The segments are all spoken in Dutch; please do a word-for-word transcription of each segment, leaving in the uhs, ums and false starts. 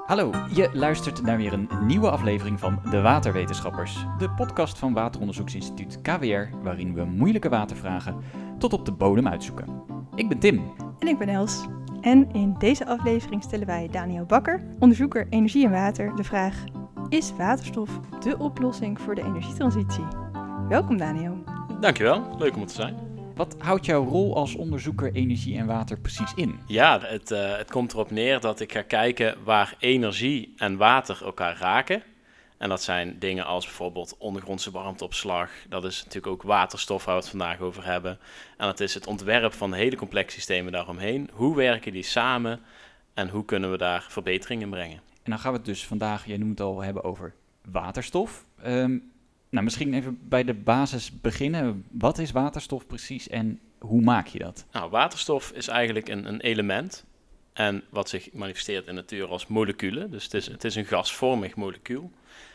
Hallo, je luistert naar weer een nieuwe aflevering van De Waterwetenschappers, de podcast van Wateronderzoeksinstituut K W R, waarin we moeilijke watervragen tot op de bodem uitzoeken. Ik ben Tim. En ik ben Els. En in deze aflevering stellen wij Daniel Bakker, onderzoeker energie en water, de vraag: is waterstof de oplossing voor de energietransitie? Welkom Daniel. Dankjewel, leuk om er te zijn. Wat houdt jouw rol als onderzoeker energie en water precies in? Ja, het, uh, het komt erop neer dat ik ga kijken waar energie en water elkaar raken. En dat zijn dingen als bijvoorbeeld ondergrondse warmteopslag. Dat is natuurlijk ook waterstof waar we het vandaag over hebben. En dat is het ontwerp van hele complexe systemen daaromheen. Hoe werken die samen en hoe kunnen we daar verbetering in brengen? En dan gaan we het dus vandaag, jij noemt het al, hebben over waterstof. Um, nou, misschien even bij de basis beginnen. Wat is waterstof precies en hoe maak je dat? Nou, waterstof is eigenlijk een, een element. En wat zich manifesteert in de natuur als moleculen. Dus het is, het is een gasvormig molecuul.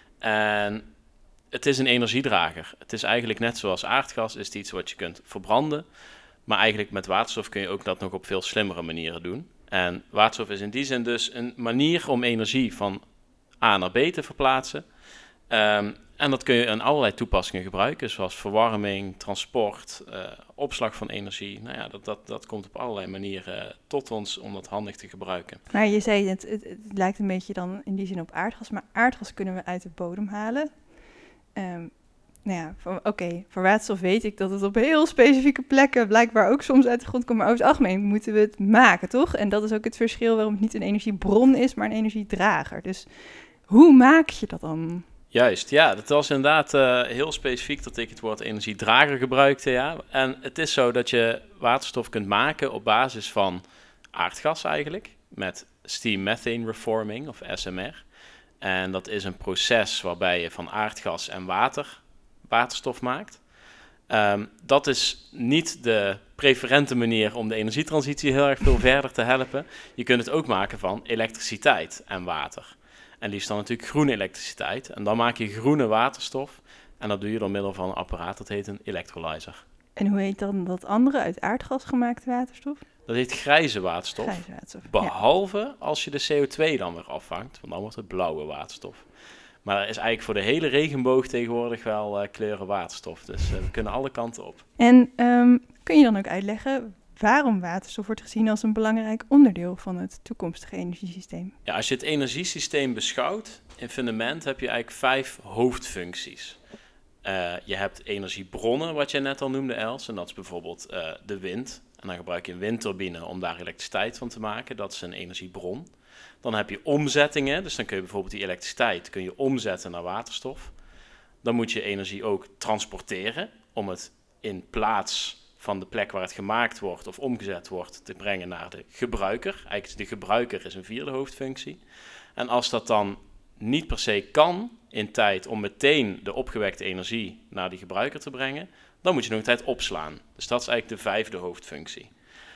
En het is een energiedrager. Het is eigenlijk net zoals aardgas, is het iets wat je kunt verbranden. Maar eigenlijk met waterstof kun je ook dat nog op veel slimmere manieren doen. En waterstof is in die zin dus een manier om energie van A naar B te verplaatsen. Um, en dat kun je in allerlei toepassingen gebruiken, zoals verwarming, transport, uh, opslag van energie. Nou ja, dat, dat, dat komt op allerlei manieren tot ons om dat handig te gebruiken. Maar je zei, het, het, het lijkt een beetje dan in die zin op aardgas, maar aardgas kunnen we uit de bodem halen. Um, nou ja, oké, okay, voor waterstof weet ik dat het op heel specifieke plekken blijkbaar ook soms uit de grond komt, maar over het algemeen moeten we het maken, toch? En dat is ook het verschil waarom het niet een energiebron is, maar een energiedrager. Dus hoe maak je dat dan? Juist, ja, dat was inderdaad uh, heel specifiek dat ik het woord energiedrager gebruikte, ja. En het is zo dat je waterstof kunt maken op basis van aardgas eigenlijk, met steam methane reforming of S M R. En dat is een proces waarbij je van aardgas en water waterstof maakt. Um, dat is niet de preferente manier om de energietransitie heel erg veel verder te helpen. Je kunt het ook maken van elektriciteit en water. En liefst dan natuurlijk groene elektriciteit. En dan maak je groene waterstof. En dat doe je door middel van een apparaat, dat heet een electrolyzer. En hoe heet dan dat andere uit aardgas gemaakte waterstof? Dat heet grijze waterstof. Grijze waterstof, Behalve ja. Als je de C O twee dan weer afvangt, want dan wordt het blauwe waterstof. Maar er is eigenlijk voor de hele regenboog tegenwoordig wel uh, kleuren waterstof. Dus uh, we kunnen alle kanten op. En um, kun je dan ook uitleggen waarom waterstof wordt gezien als een belangrijk onderdeel van het toekomstige energiesysteem? Ja, als je het energiesysteem beschouwt, in fundament heb je eigenlijk vijf hoofdfuncties. Uh, je hebt energiebronnen, wat jij net al noemde, Els. En dat is bijvoorbeeld uh, de wind. En dan gebruik je een windturbine om daar elektriciteit van te maken. Dat is een energiebron. Dan heb je omzettingen. Dus dan kun je bijvoorbeeld die elektriciteit kun je omzetten naar waterstof. Dan moet je energie ook transporteren om het in plaats van de plek waar het gemaakt wordt of omgezet wordt te brengen naar de gebruiker. Eigenlijk is de gebruiker is een vierde hoofdfunctie. En als dat dan niet per se kan in tijd om meteen de opgewekte energie naar die gebruiker te brengen, dan moet je nog een tijd opslaan. Dus dat is eigenlijk de vijfde hoofdfunctie.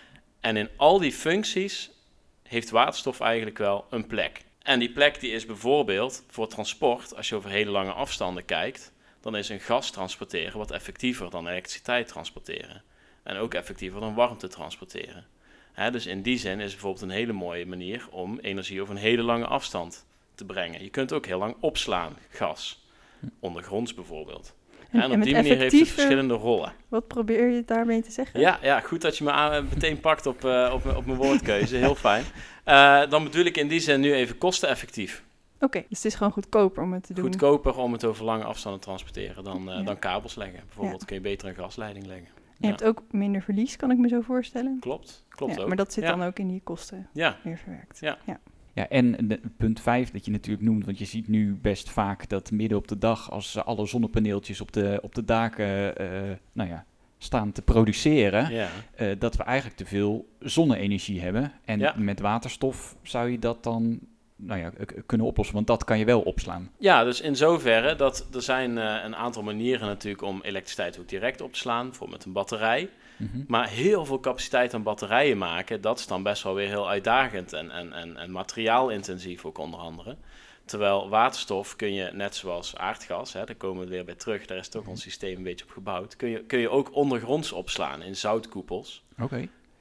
En in al die functies heeft waterstof eigenlijk wel een plek. En die plek die is bijvoorbeeld voor transport, als je over hele lange afstanden kijkt, dan is een gas transporteren wat effectiever dan elektriciteit transporteren. En ook effectiever dan warmte transporteren. He, dus in die zin is het bijvoorbeeld een hele mooie manier om energie over een hele lange afstand te brengen. Je kunt ook heel lang opslaan, gas. Ondergronds bijvoorbeeld. En, en op die manier heeft het verschillende rollen. Wat probeer je daarmee te zeggen? Ja, ja goed dat je me aan, meteen pakt op, uh, op, op mijn woordkeuze. Heel fijn. Uh, dan bedoel ik in die zin nu even kosteneffectief. Oké, okay, dus het is gewoon goedkoper om het te doen. Goedkoper om het over lange afstanden te transporteren dan, uh, ja. dan kabels leggen. Bijvoorbeeld ja. kun je beter een gasleiding leggen. Je ja. hebt ook minder verlies, kan ik me zo voorstellen. Klopt, klopt ja, ook. Maar dat zit ja. dan ook in die kosten ja. meer verwerkt. Ja. ja. Ja, en de, punt vijf dat je natuurlijk noemt, want je ziet nu best vaak dat midden op de dag, als alle zonnepaneeltjes op de, op de daken uh, nou ja, staan te produceren, ja. uh, dat we eigenlijk te veel zonne-energie hebben. En ja. met waterstof zou je dat dan nou ja, k- kunnen oplossen, want dat kan je wel opslaan. Ja, dus in zoverre dat er zijn uh, een aantal manieren natuurlijk om elektriciteit ook direct op te slaan, bijvoorbeeld met een batterij. Mm-hmm. Maar heel veel capaciteit aan batterijen maken, dat is dan best wel weer heel uitdagend en, en, en, en materiaalintensief ook onder andere. Terwijl waterstof kun je, net zoals aardgas, hè, daar komen we weer bij terug, daar is toch ons systeem een beetje op gebouwd, kun je, kun je ook ondergronds opslaan in zoutkoepels. Oké.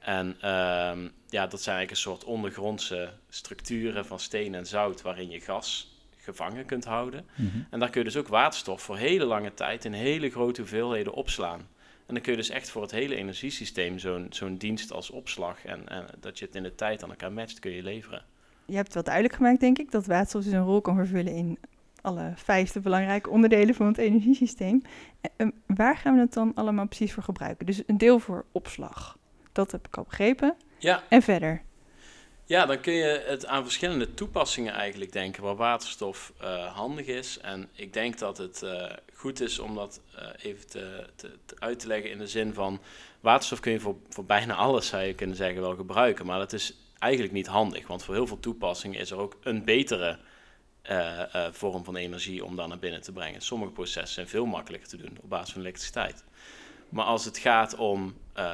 En um, ja, dat zijn eigenlijk een soort ondergrondse structuren van steen en zout waarin je gas gevangen kunt houden. Mm-hmm. En daar kun je dus ook waterstof voor hele lange tijd in hele grote hoeveelheden opslaan. En dan kun je dus echt voor het hele energiesysteem zo'n, zo'n dienst als opslag en, en dat je het in de tijd aan elkaar matcht, kun je leveren. Je hebt wel duidelijk gemaakt, denk ik, dat waterstof dus een rol kan vervullen in alle vijfde belangrijke onderdelen van het energiesysteem. En waar gaan we het dan allemaal precies voor gebruiken? Dus een deel voor opslag. Dat heb ik al begrepen. Ja. En verder? Ja, dan kun je het aan verschillende toepassingen eigenlijk denken waar waterstof uh, handig is. En ik denk dat het uh, goed is om dat uh, even te, te, te uit te leggen in de zin van waterstof kun je voor, voor bijna alles, zou je kunnen zeggen, wel gebruiken. Maar dat is eigenlijk niet handig, want voor heel veel toepassingen is er ook een betere uh, uh, vorm van energie om daar naar binnen te brengen. Sommige processen zijn veel makkelijker te doen op basis van elektriciteit. Maar als het gaat om uh,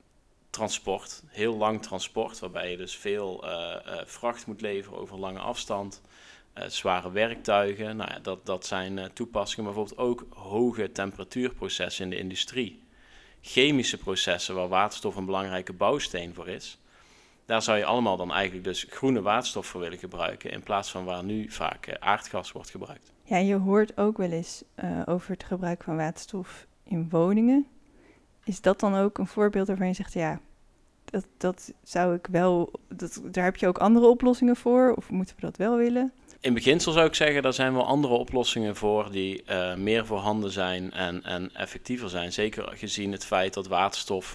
transport, heel lang transport, waarbij je dus veel uh, uh, vracht moet leveren over lange afstand, uh, zware werktuigen, nou ja, dat, dat zijn uh, toepassingen, maar bijvoorbeeld ook hoge temperatuurprocessen in de industrie. Chemische processen waar waterstof een belangrijke bouwsteen voor is. Daar zou je allemaal dan eigenlijk dus groene waterstof voor willen gebruiken, in plaats van waar nu vaak uh, aardgas wordt gebruikt. Ja, je hoort ook wel eens uh, over het gebruik van waterstof in woningen. Is dat dan ook een voorbeeld waarvan je zegt, ja, dat, dat zou ik wel, dat, daar heb je ook andere oplossingen voor? Of moeten we dat wel willen? In beginsel zou ik zeggen, daar zijn wel andere oplossingen voor die uh, meer voorhanden zijn en, en effectiever zijn. Zeker gezien het feit dat waterstof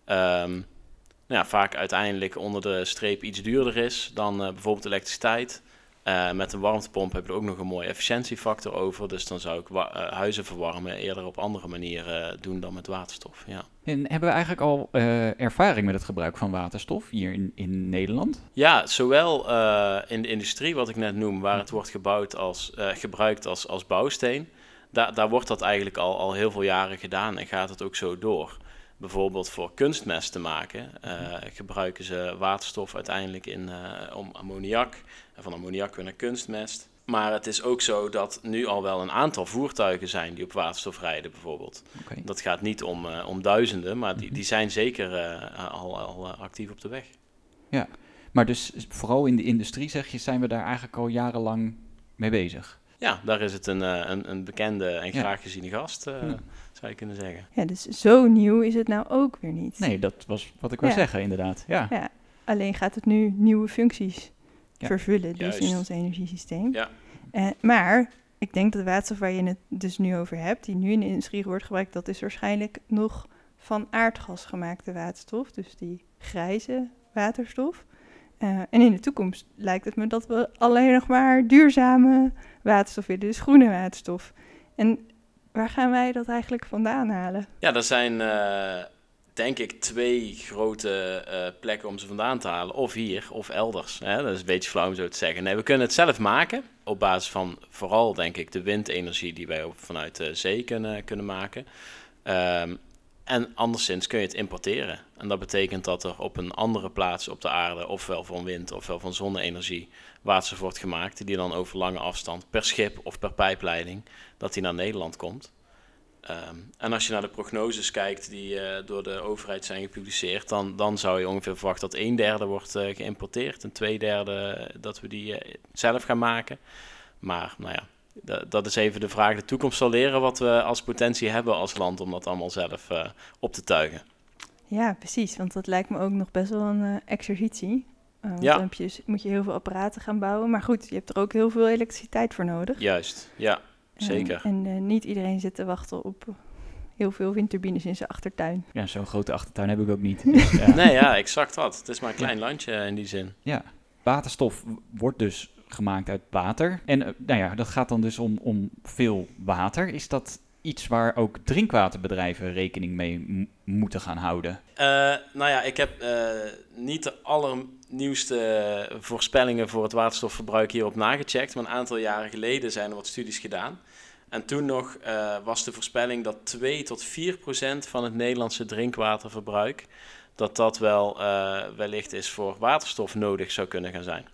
um, nou ja, vaak uiteindelijk onder de streep iets duurder is dan uh, bijvoorbeeld elektriciteit. Uh, met een warmtepomp heb je er ook nog een mooie efficiëntiefactor over. Dus dan zou ik wa- uh, huizen verwarmen eerder op andere manieren uh, doen dan met waterstof. Ja. En hebben we eigenlijk al uh, ervaring met het gebruik van waterstof hier in, in Nederland? Ja, zowel uh, in de industrie, wat ik net noem, waar het wordt gebouwd als, uh, gebruikt als, als bouwsteen. Da- daar wordt dat eigenlijk al, al heel veel jaren gedaan en gaat het ook zo door. Bijvoorbeeld voor kunstmest te maken uh, gebruiken ze waterstof uiteindelijk in, uh, om ammoniak. En van ammoniak weer naar kunstmest. Maar het is ook zo dat nu al wel een aantal voertuigen zijn die op waterstof rijden bijvoorbeeld. Okay. Dat gaat niet om, uh, om duizenden, maar die, die zijn zeker uh, al, al uh, actief op de weg. Ja, maar dus vooral in de industrie, zeg je, zijn we daar eigenlijk al jarenlang mee bezig? Ja, daar is het een, uh, een, een bekende en graag ja. geziene gast, uh, ja. zou je kunnen zeggen. Ja, dus zo nieuw is het nou ook weer niet. Nee, dat was wat ik wou ja. zeggen, inderdaad. Ja. Ja, alleen gaat het nu nieuwe functies ja. vervullen, dus Juist. in ons energiesysteem. Ja. Uh, maar ik denk dat de waterstof waar je het dus nu over hebt, die nu in de industrie wordt gebruikt, dat is waarschijnlijk nog van aardgas gemaakte waterstof, dus die grijze waterstof. Uh, en in de toekomst lijkt het me dat we alleen nog maar duurzame waterstof willen, dus groene waterstof. En waar gaan wij dat eigenlijk vandaan halen? Ja, er zijn uh, denk ik twee grote uh, plekken om ze vandaan te halen. Of hier, of elders. Hè? Dat is een beetje flauw om zo te zeggen. Nee, we kunnen het zelf maken. Op basis van vooral, denk ik, de windenergie die wij ook vanuit de zee kunnen, kunnen maken. Um, en anderszins kun je het importeren. En dat betekent dat er op een andere plaats op de aarde, ofwel van wind, ofwel van zonne-energie, waterstof wordt gemaakt, die dan over lange afstand per schip of per pijpleiding, dat die naar Nederland komt. Um, en als je naar de prognoses kijkt die uh, door de overheid zijn gepubliceerd, dan, dan zou je ongeveer verwachten dat een derde wordt uh, geïmporteerd en twee derde uh, dat we die uh, zelf gaan maken. Maar nou ja, d- dat is even de vraag. De toekomst zal leren wat we als potentie hebben als land om dat allemaal zelf uh, op te tuigen. Ja, precies, want dat lijkt me ook nog best wel een uh, exercitie. Uh, want ja. dan heb je, moet je heel veel apparaten gaan bouwen. Maar goed, je hebt er ook heel veel elektriciteit voor nodig. Juist, ja. Zeker. Uh, en uh, niet iedereen zit te wachten op heel veel windturbines in zijn achtertuin. Ja, zo'n grote achtertuin heb ik ook niet. Dus, ja. Nee, ja, exact dat. Het is maar een klein ja. landje in die zin. Ja, waterstof wordt dus gemaakt uit water. En uh, nou ja, dat gaat dan dus om, om veel water. Is dat iets waar ook drinkwaterbedrijven rekening mee m- moeten gaan houden? Uh, nou ja, ik heb uh, niet de allernieuwste voorspellingen voor het waterstofverbruik hierop nagecheckt, maar een aantal jaren geleden zijn er wat studies gedaan. En toen nog uh, was de voorspelling dat twee tot vier procent van het Nederlandse drinkwaterverbruik, dat dat wel uh, wellicht is voor waterstof nodig zou kunnen gaan zijn.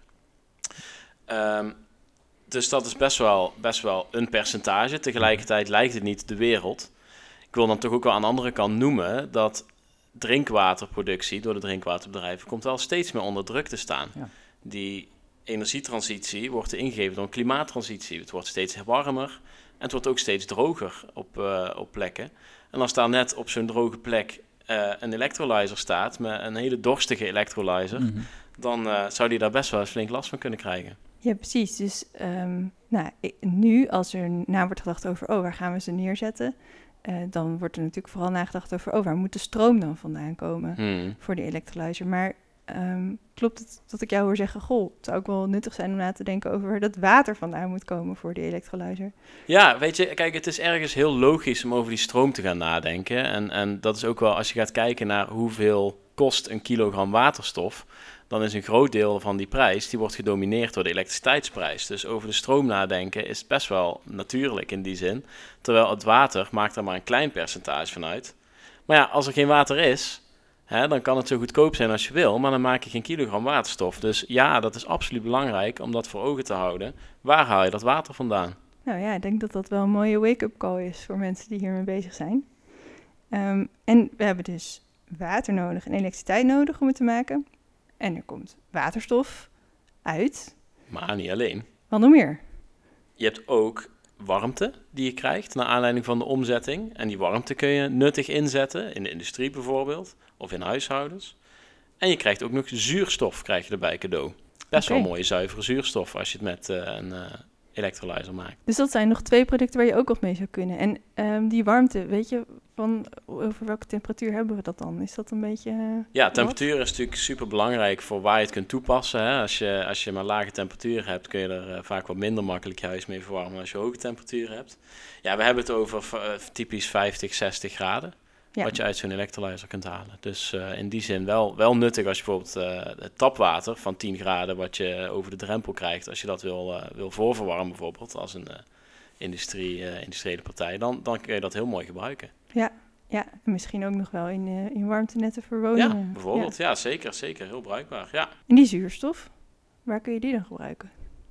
Um, Dus dat is best wel, best wel een percentage. Tegelijkertijd lijkt het niet de wereld. Ik wil dan toch ook wel aan de andere kant noemen dat drinkwaterproductie door de drinkwaterbedrijven komt wel steeds meer onder druk te staan. Ja. Die energietransitie wordt ingegeven door een klimaattransitie. Het wordt steeds warmer en het wordt ook steeds droger op, uh, op plekken. En als daar net op zo'n droge plek uh, een electrolyzer staat met een hele dorstige electrolyzer, mm-hmm. dan uh, zou die daar best wel eens flink last van kunnen krijgen. Ja, precies. Dus um, nou, ik, nu, als er na wordt gedacht over, oh, waar gaan we ze neerzetten? Uh, dan wordt er natuurlijk vooral nagedacht over, oh, waar moet de stroom dan vandaan komen hmm. voor de electrolyzer? Maar um, klopt het dat ik jou hoor zeggen, goh, het zou ook wel nuttig zijn om na te denken over waar dat water vandaan moet komen voor die electrolyzer? Ja, weet je, kijk, het is ergens heel logisch om over die stroom te gaan nadenken. En, en dat is ook wel, als je gaat kijken naar hoeveel kost een kilogram waterstof, dan is een groot deel van die prijs, die wordt gedomineerd door de elektriciteitsprijs. Dus over de stroom nadenken is best wel natuurlijk in die zin. Terwijl het water maakt er maar een klein percentage van uit. Maar ja, als er geen water is, hè, dan kan het zo goedkoop zijn als je wil, maar dan maak je geen kilogram waterstof. Dus ja, dat is absoluut belangrijk om dat voor ogen te houden. Waar haal je dat water vandaan? Nou ja, ik denk dat dat wel een mooie wake-up call is voor mensen die hiermee bezig zijn. Um, en we hebben dus water nodig en elektriciteit nodig om het te maken. En er komt waterstof uit. Maar niet alleen. Wat nog meer? Je hebt ook warmte die je krijgt naar aanleiding van de omzetting. En die warmte kun je nuttig inzetten, in de industrie bijvoorbeeld, of in huishoudens. En je krijgt ook nog zuurstof krijg je erbij cadeau. Best okay. wel mooie zuivere zuurstof als je het met uh, een uh, electrolyzer maakt. Dus dat zijn nog twee producten waar je ook wat mee zou kunnen. En um, die warmte, weet je, van over welke temperatuur hebben we dat dan? Is dat een beetje... Uh, ja, temperatuur wat? is natuurlijk super belangrijk voor waar je het kunt toepassen. Hè? Als je, als je maar lage temperatuur hebt, kun je er uh, vaak wat minder makkelijk je huis mee verwarmen dan als je hoge temperatuur hebt. Ja, we hebben het over uh, typisch vijftig, zestig graden. Ja. Wat je uit zo'n electrolyzer kunt halen. Dus uh, in die zin wel, wel nuttig als je bijvoorbeeld uh, het tapwater van tien graden wat je over de drempel krijgt, als je dat wil, uh, wil voorverwarmen bijvoorbeeld als een uh, industrie, uh, industriële partij, dan, dan kun je dat heel mooi gebruiken. Ja, ja, en misschien ook nog wel in, uh, in warmtenetten voor woningen. Ja, bijvoorbeeld. Ja, ja zeker, zeker. Heel bruikbaar, ja. En die zuurstof, waar kun je die dan gebruiken?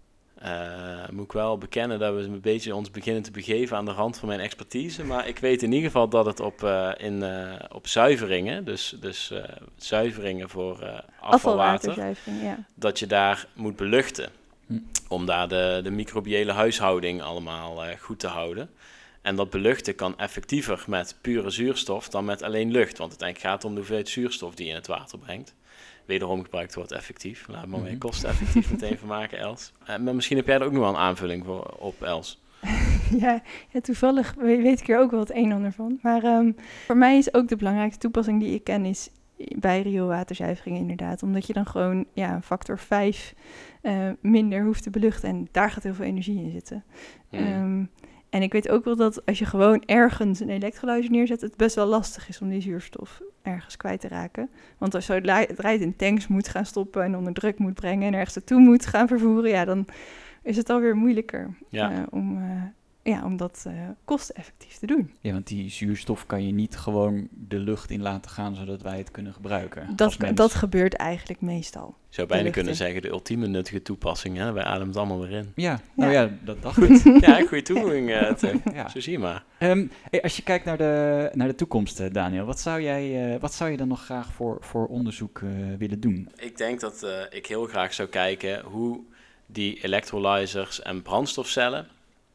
Uh, moet ik wel bekennen dat we een beetje ons beginnen te begeven aan de rand van mijn expertise. Maar ik weet in ieder geval dat het op, uh, in, uh, op zuiveringen, dus, dus uh, zuiveringen voor uh, afvalwater, ja. dat je daar moet beluchten. Hm. Om daar de, de microbiële huishouding allemaal uh, goed te houden. En dat beluchten kan effectiever met pure zuurstof dan met alleen lucht. Want uiteindelijk gaat het om de hoeveelheid zuurstof die je in het water brengt. Wederom gebruikt wordt effectief. Laat maar mee kosteneffectief meteen van maken, Els. Uh, maar misschien heb jij er ook nog wel een aanvulling voor, op, Els. ja, ja, toevallig weet ik er ook wel het een en ander van. Maar um, voor mij is ook de belangrijkste toepassing die ik ken is bij rioolwaterzuivering inderdaad. Omdat je dan gewoon ja, een factor vijf uh, minder hoeft te beluchten. En daar gaat heel veel energie in zitten. Mm. Um, en ik weet ook wel dat als je gewoon ergens een electrolyzer neerzet, het best wel lastig is om die zuurstof ergens kwijt te raken. Want als je het rijdt in tanks moet gaan stoppen en onder druk moet brengen en ergens naartoe moet gaan vervoeren, ja, dan is het alweer moeilijker ja. uh, om, uh, ja, om dat uh, kosteneffectief te doen. Ja, want die zuurstof kan je niet gewoon de lucht in laten gaan, zodat wij het kunnen gebruiken. Dat, dat gebeurt eigenlijk meestal. Je zou bijna kunnen zeggen, de ultieme nuttige toepassing, hè? Wij ademen het allemaal weer in. Ja, nou ja, ja dat dacht ik. Ja, goede toevoeging, uh, Tim. Ja. Zo zie je maar. Um, hey, als je kijkt naar de, naar de toekomst, Daniel, wat zou, jij, uh, wat zou je dan nog graag voor, voor onderzoek uh, willen doen? Ik denk dat uh, ik heel graag zou kijken hoe die electrolyzers en brandstofcellen,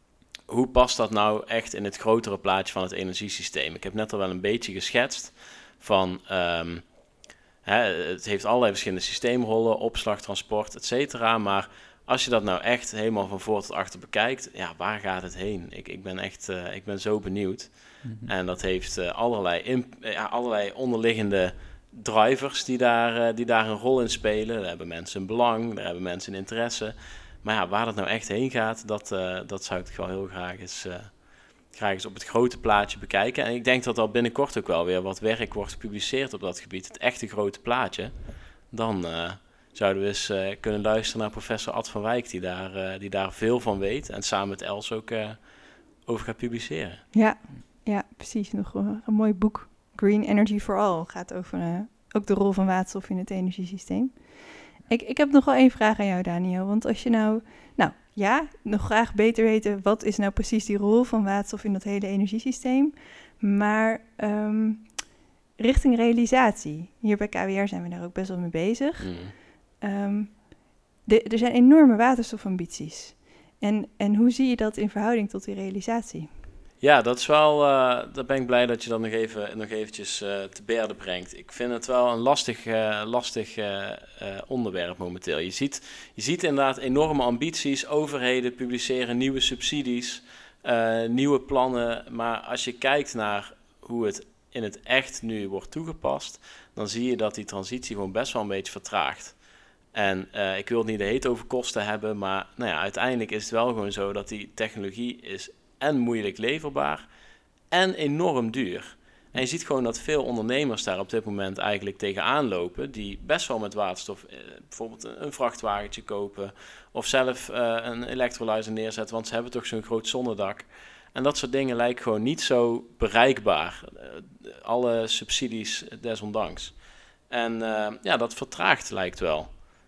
hoe past dat nou echt in het grotere plaatje van het energiesysteem? Ik heb net al wel een beetje geschetst van, um, hè, het heeft allerlei verschillende systeemrollen, opslag, transport, et cetera. Maar als je dat nou echt helemaal van voor tot achter bekijkt, ja, waar gaat het heen? Ik, ik ben echt, uh, ik ben zo benieuwd. Mm-hmm. En dat heeft uh, allerlei, imp- ja, allerlei onderliggende drivers die daar, uh, die daar een rol in spelen. Daar hebben mensen een belang, daar hebben mensen een interesse. Maar ja, waar dat nou echt heen gaat, dat, uh, dat zou ik wel heel graag eens, uh, graag eens op het grote plaatje bekijken. En ik denk dat al binnenkort ook wel weer wat werk wordt gepubliceerd op dat gebied. Het echte grote plaatje. Dan uh, zouden we eens uh, kunnen luisteren naar professor Ad van Wijk, die daar, uh, die daar veel van weet. En samen met Els ook uh, over gaat publiceren. Ja, ja, precies. Nog een, een mooi boek. Green Energy for All gaat over uh, ook de rol van waterstof in het energiesysteem. Ik, ik heb nog wel één vraag aan jou, Daniel. Want als je nou, nou ja, nog graag beter weten, wat is nou precies die rol van waterstof in dat hele energiesysteem? Maar um, richting realisatie. Hier bij K W R zijn we daar ook best wel mee bezig. Mm. Um, de, er zijn enorme waterstofambities. En, en hoe zie je dat in verhouding tot die realisatie? Ja, dat is wel, uh, daar ben ik blij dat je dat nog, even, nog eventjes uh, te berde brengt. Ik vind het wel een lastig, uh, lastig uh, uh, onderwerp momenteel. Je ziet, je ziet inderdaad enorme ambities, overheden publiceren nieuwe subsidies, uh, nieuwe plannen. Maar als je kijkt naar hoe het in het echt nu wordt toegepast, dan zie je dat die transitie gewoon best wel een beetje vertraagt. En uh, ik wil het niet de heet over kosten hebben, maar nou ja, uiteindelijk is het wel gewoon zo dat die technologie is en moeilijk leverbaar en enorm duur. En je ziet gewoon dat veel ondernemers daar op dit moment eigenlijk tegenaan lopen, die best wel met waterstof eh, bijvoorbeeld een, een vrachtwagentje kopen of zelf uh, een electrolyzer neerzetten, want ze hebben toch zo'n groot zonnedak. En dat soort dingen lijkt gewoon niet zo bereikbaar, uh, alle subsidies desondanks. En uh, ja, dat vertraagt lijkt wel.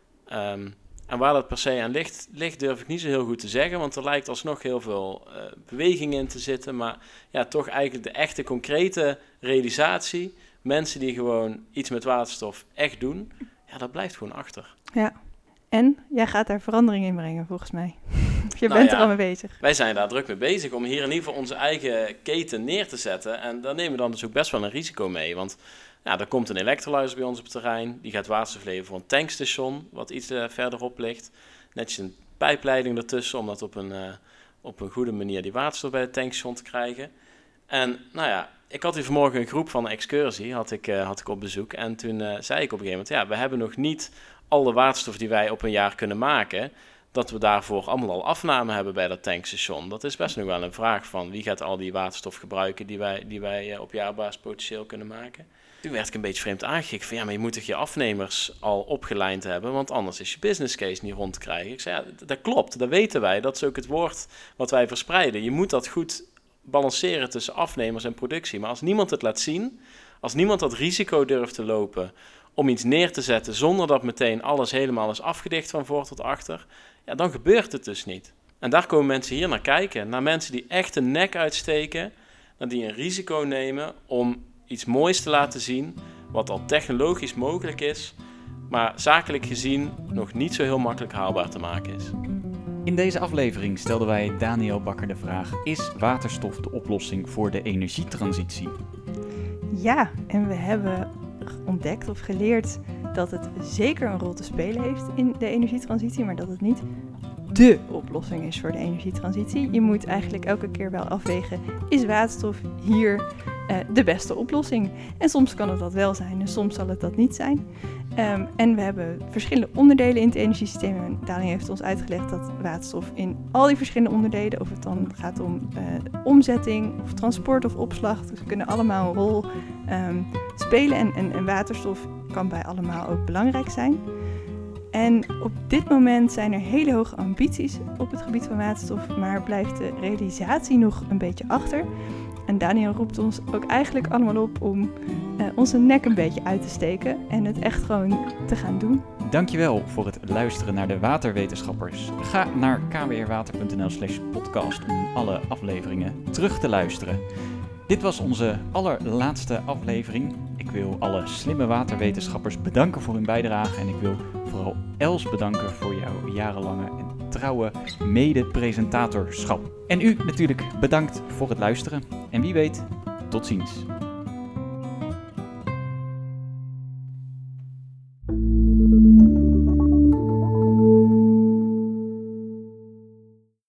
Um, En waar dat per se aan ligt, ligt, durf ik niet zo heel goed te zeggen, want er lijkt alsnog heel veel uh, beweging in te zitten. Maar ja, toch eigenlijk de echte concrete realisatie, mensen die gewoon iets met waterstof echt doen, ja, dat blijft gewoon achter. Ja, en jij gaat daar verandering in brengen volgens mij. Je nou bent ja, er al mee bezig. Wij zijn daar druk mee bezig om hier in ieder geval onze eigen keten neer te zetten. En daar nemen we dan dus ook best wel een risico mee, want ja, er komt een electrolyzer bij ons op het terrein. Die gaat waterstof leveren voor een tankstation, wat iets uh, verderop ligt. Netjes een pijpleiding ertussen, om dat op een, uh, op een goede manier die waterstof bij het tankstation te krijgen. En nou ja, ik had hier vanmorgen een groep van Excursie, had ik, uh, had ik op bezoek. En toen uh, zei ik op een gegeven moment, ja, we hebben nog niet alle waterstof die wij op een jaar kunnen maken, dat we daarvoor allemaal al afname hebben bij dat tankstation. Dat is best nog wel een vraag van wie gaat al die waterstof gebruiken die wij, die wij uh, op jaarbasis potentieel kunnen maken. Toen werd ik een beetje vreemd aangekeken van ja, maar je moet toch je afnemers al opgelijnd hebben, want anders is je business case niet rond te krijgen. Ik zei ja, dat, dat klopt, dat weten wij. Dat is ook het woord wat wij verspreiden. Je moet dat goed balanceren tussen afnemers en productie. Maar als niemand het laat zien, als niemand dat risico durft te lopen om iets neer te zetten zonder dat meteen alles helemaal is afgedicht van voor tot achter, ja, dan gebeurt het dus niet. En daar komen mensen hier naar kijken, naar mensen die echt een nek uitsteken, naar die een risico nemen om iets moois te laten zien, wat al technologisch mogelijk is, maar zakelijk gezien nog niet zo heel makkelijk haalbaar te maken is. In deze aflevering stelden wij Daniel Bakker de vraag: is waterstof de oplossing voor de energietransitie? Ja, en we hebben ontdekt of geleerd dat het zeker een rol te spelen heeft in de energietransitie, maar dat het niet dé oplossing is voor de energietransitie. Je moet eigenlijk elke keer wel afwegen, is waterstof hier uh, de beste oplossing? En soms kan het dat wel zijn en soms zal het dat niet zijn. Um, en we hebben verschillende onderdelen in het energiesysteem. En Daniel heeft ons uitgelegd dat waterstof in al die verschillende onderdelen, of het dan gaat om uh, omzetting of transport of opslag, dus ze kunnen allemaal een rol um, spelen. En, en, en waterstof kan bij allemaal ook belangrijk zijn. En op dit moment zijn er hele hoge ambities op het gebied van waterstof, maar blijft de realisatie nog een beetje achter. En Daniel roept ons ook eigenlijk allemaal op om uh, onze nek een beetje uit te steken en het echt gewoon te gaan doen. Dankjewel voor het luisteren naar de Waterwetenschappers. Ga naar k w r water punt n l slash podcast om alle afleveringen terug te luisteren. Dit was onze allerlaatste aflevering. Ik wil alle slimme waterwetenschappers bedanken voor hun bijdrage en ik wil vooral Els bedanken voor jouw jarenlange en trouwe mede-presentatorschap. En u natuurlijk bedankt voor het luisteren en wie weet, tot ziens.